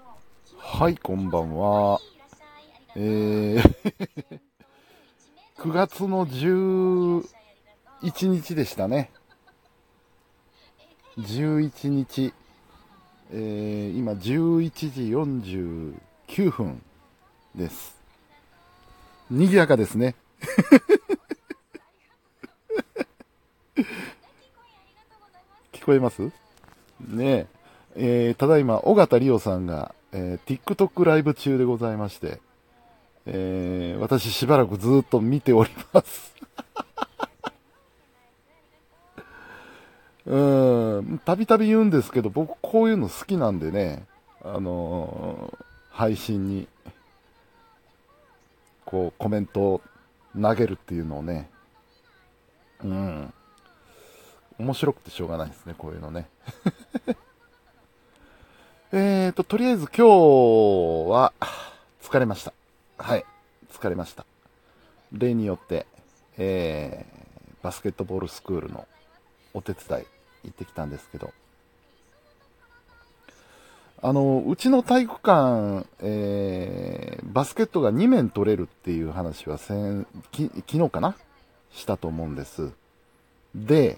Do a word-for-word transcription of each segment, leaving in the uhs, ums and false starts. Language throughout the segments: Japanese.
はい、こんばんは。えー、くがつのじゅういちにちでしたね。じゅういちにち、えー、今じゅういちじよんじゅうきゅうふんです。賑やかですね。聞こえますねえ。えー、ただいま、尾形里央さんが、えー、TikTok ライブ中でございまして、えー、私しばらくずっと見ております。うーん、たびたび言うんですけど、僕こういうの好きなんでね、あのー配信にこうコメントを投げるっていうのをね、うん、面白くてしょうがないですね、こういうのね。えーと、とりあえず今日は疲れました。はい、疲れました。例によって、えー、バスケットボールスクールのお手伝い行ってきたんですけど、あの、うちの体育館、えー、バスケットがに面取れるっていう話は先、き昨日かなしたと思うんです。で、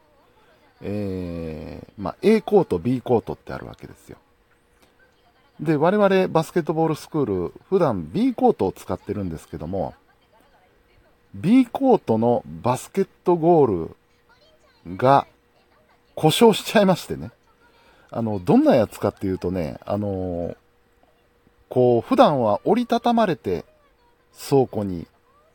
えー、まあ、A コート、B コートってあるわけですよ。で、我々バスケットボールスクール、普段 B コートを使ってるんですけども、B コートのバスケットゴールが故障しちゃいましてね。あの、どんなやつかっていうとね、あのこう、普段は折りたたまれて倉庫に、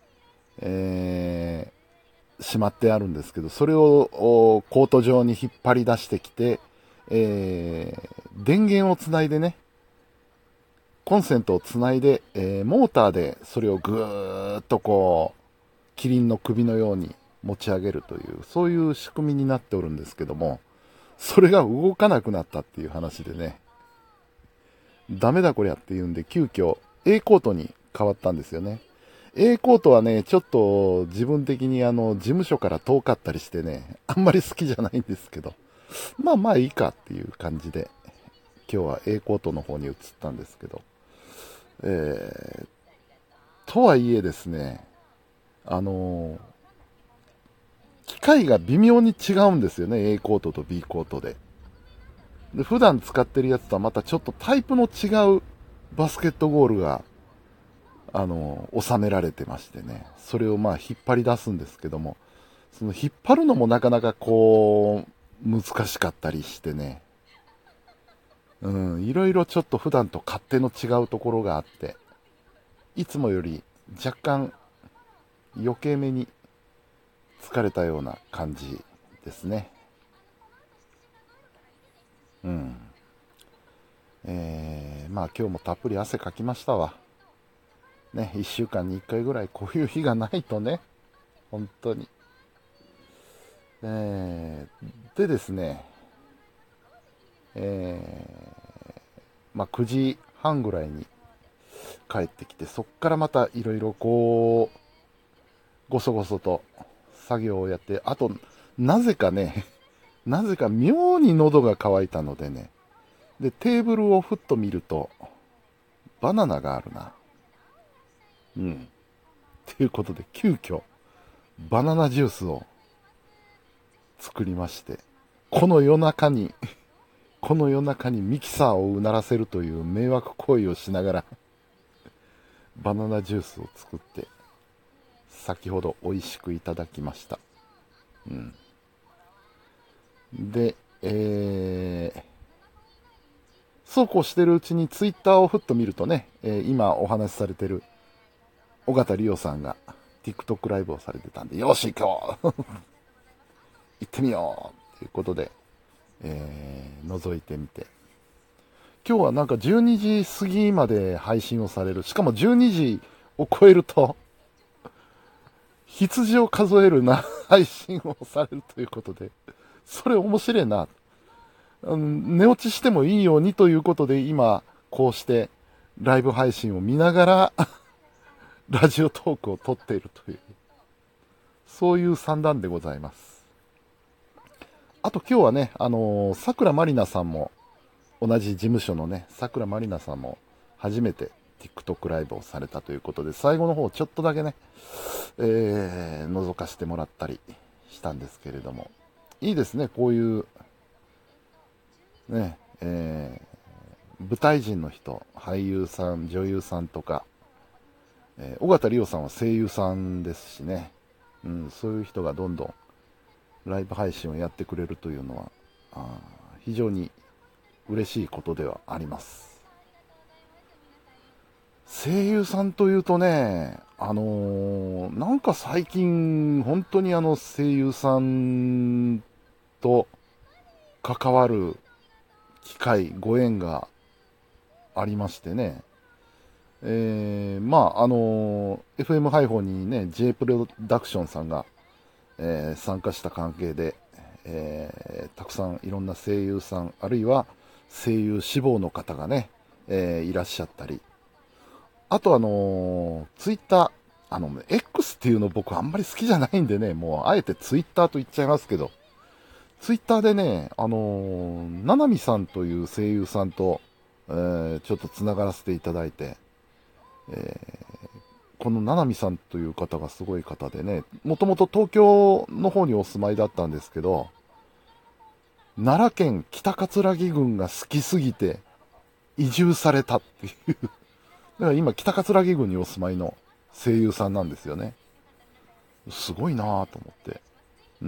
えー、しまってあるんですけど、それをコート上に引っ張り出してきて、えー、電源をつないでね、コンセントをつないで、えー、モーターでそれをぐーっとこう、キリンの首のように持ち上げるという、そういう仕組みになっておるんですけども、それが動かなくなったっていう話でね、ダメだこりゃっていうんで、急遽 A コートに変わったんですよね。A コートはね、ちょっと自分的にあの、事務所から遠かったりしてね、あんまり好きじゃないんですけど、まあまあいいかっていう感じで、今日は A コートの方に移ったんですけど、えー、とはいえですね、あのー機械が微妙に違うんですよね、A コートと B コートで。で、普段使ってるやつとはまたちょっとタイプの違うバスケットゴールが、あのー収められてましてね、それをまあ引っ張り出すんですけども、その引っ張るのもなかなかこう、難しかったりしてね、うん、いろいろちょっと普段と勝手の違うところがあって、いつもより若干余計めに疲れたような感じですね。うん。えー、まあ今日もたっぷり汗かきましたわ。ね、いっしゅうかんにいっかいぐらいこういう日がないとね、本当に。えー、でですね、えー、まあくじはんぐらいに帰ってきて、そっからまたいろいろこう、ごそごそと作業をやって、あと、なぜかね、なぜか妙に喉が渇いたのでね、で、テーブルをふっと見ると、バナナがあるな。うん。ということで、急遽、バナナジュースを作りまして、この夜中に、この夜中にミキサーをうならせるという迷惑行為をしながら、バナナジュースを作って、先ほど美味しくいただきました。うん。で、えー、そうこうしてるうちにツイッターをふっと見るとね、えー今お話しされてる尾形里央さんが TikTok ライブをされてたんで、よし今日行ってみようということで、えー、覗いてみて。今日はなんかじゅうにじ過ぎまで配信をされる。しかもじゅうにじを超えると、羊を数えるな配信をされるということで、それ面白いな。うん、寝落ちしてもいいようにということで、今、こうしてライブ配信を見ながらラジオトークを撮っているという、そういう算段でございます。あと今日はね、あのー、桜まりなさんも同じ事務所のね、さくらまりなさんも初めて TikTok ライブをされたということで、最後の方ちょっとだけね、えー、覗かせてもらったりしたんですけれども、いいですね、こういう、ね、えー、舞台人の人、俳優さん、女優さんとか、えー、尾形里央さんは声優さんですしね、うん、そういう人がどんどんライブ配信をやってくれるというのは、あ非常に嬉しいことではあります。声優さんというとね、あのー、なんか最近、本当にあの声優さんと関わる機会、ご縁がありましてね、えー、まあ、あのー、エフエム 配報にね、J プロダクションさんが、えー、参加した関係で、えー、たくさんいろんな声優さん、あるいは声優志望の方がね、えー、いらっしゃったり、あとあのー、ツイッター、あの、X っていうの僕あんまり好きじゃないんでね、もうあえてツイッターと言っちゃいますけど、ツイッターでね、あのー、ななみさんという声優さんと、えー、ちょっと繋がらせていただいて、えー、このななみさんという方がすごい方でね、もともと東京の方にお住まいだったんですけど、奈良県北葛城郡が好きすぎて移住されたっていうだから今北葛城郡にお住まいの声優さんなんですよね。すごいなぁと思って。うん。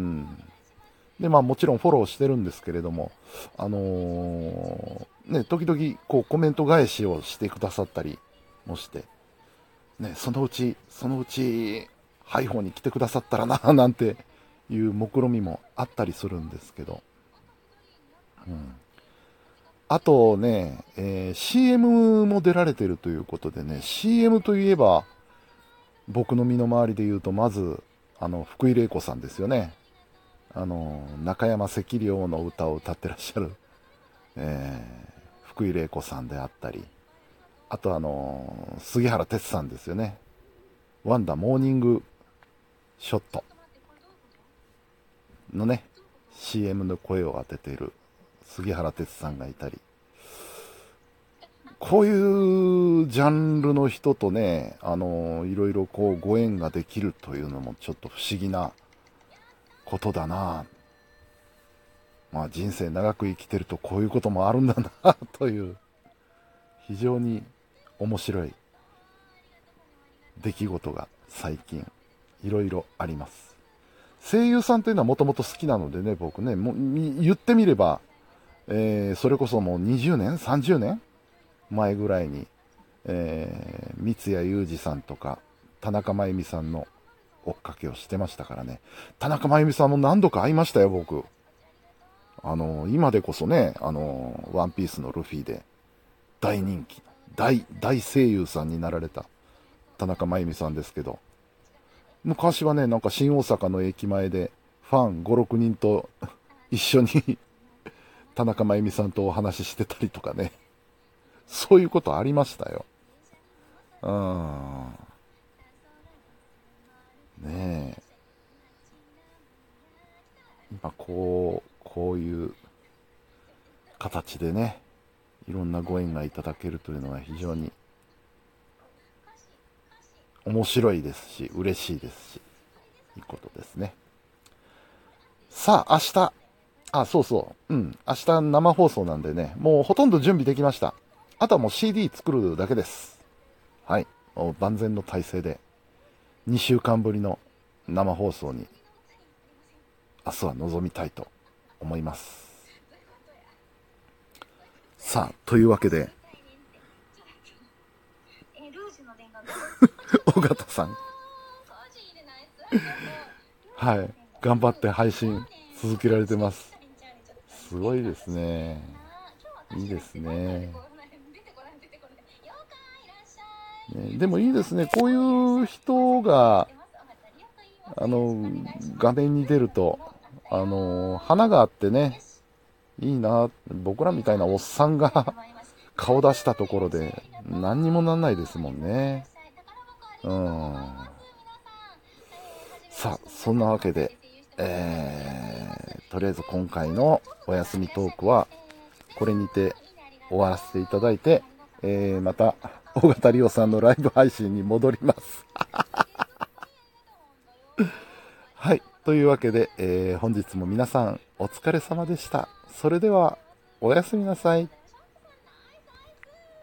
で、まあもちろんフォローしてるんですけれども、あのー、ね、時々こうコメント返しをしてくださったりもして、ね、そのうち、そのうち、ハイフォンに来てくださったらなぁなんていう目論みもあったりするんですけど、うん。あとね、えー、シーエム も出られてるということでね、シーエム といえば、僕の身の回りで言うと、まず、あの、福井玲子さんですよね。あの、中山赤陵の歌を歌ってらっしゃる、えー、福井玲子さんであったり、あとあの、杉原哲さんですよね。ワンダモーニングショットのね、シーエム の声を当てている杉原哲さんがいたり、こういうジャンルの人とね、あの、いろいろこうご縁ができるというのもちょっと不思議なことだな。まあ人生長く生きてるとこういうこともあるんだなという非常に面白い出来事が最近いろいろあります。声優さんというのはもともと好きなのでね、僕ね、もう言ってみれば、えー、それこそもうにじゅうねん、さんじゅうねんまえぐらいに、えー、三谷裕二さんとか田中真由美さんの追っかけをしてましたからね。田中真由美さんも何度か会いましたよ、僕。あの、今でこそね、あの、ワンピースのルフィで大人気、大、大声優さんになられた田中真由美さんですけど、昔はね、なんか新大阪の駅前でファンご、ろくにんと一緒に田中真由美さんとお話ししてたりとかね、そういうことありましたよ。うん。ねえ。今こう、こういう形でね、いろんなご縁がいただけるというのは非常に面白いですし、嬉しいですし、いいことですね。さあ、明日、あ、そうそう、うん、明日生放送なんでね、もうほとんど準備できました。あとはもう シーディー 作るだけです。はい、もう万全の体制で、にしゅうかんぶりの生放送に、明日は臨みたいと思います。さあ、というわけで、尾形さんはい、頑張って配信続けられてます。すごいですね。いいですね。ね、でもいいですね。こういう人が、あの、画面に出ると、あの、花があってね、いいな。僕らみたいなおっさんが顔出したところで何にもなんないですもんね。うん。さあ、そんなわけで、えー、とりあえず今回のお休みトークはこれにて終わらせていただいて、えー、また、尾形リオさんのライブ配信に戻ります。はい。というわけで、えー、本日も皆さんお疲れ様でした。それでは、おやすみなさい。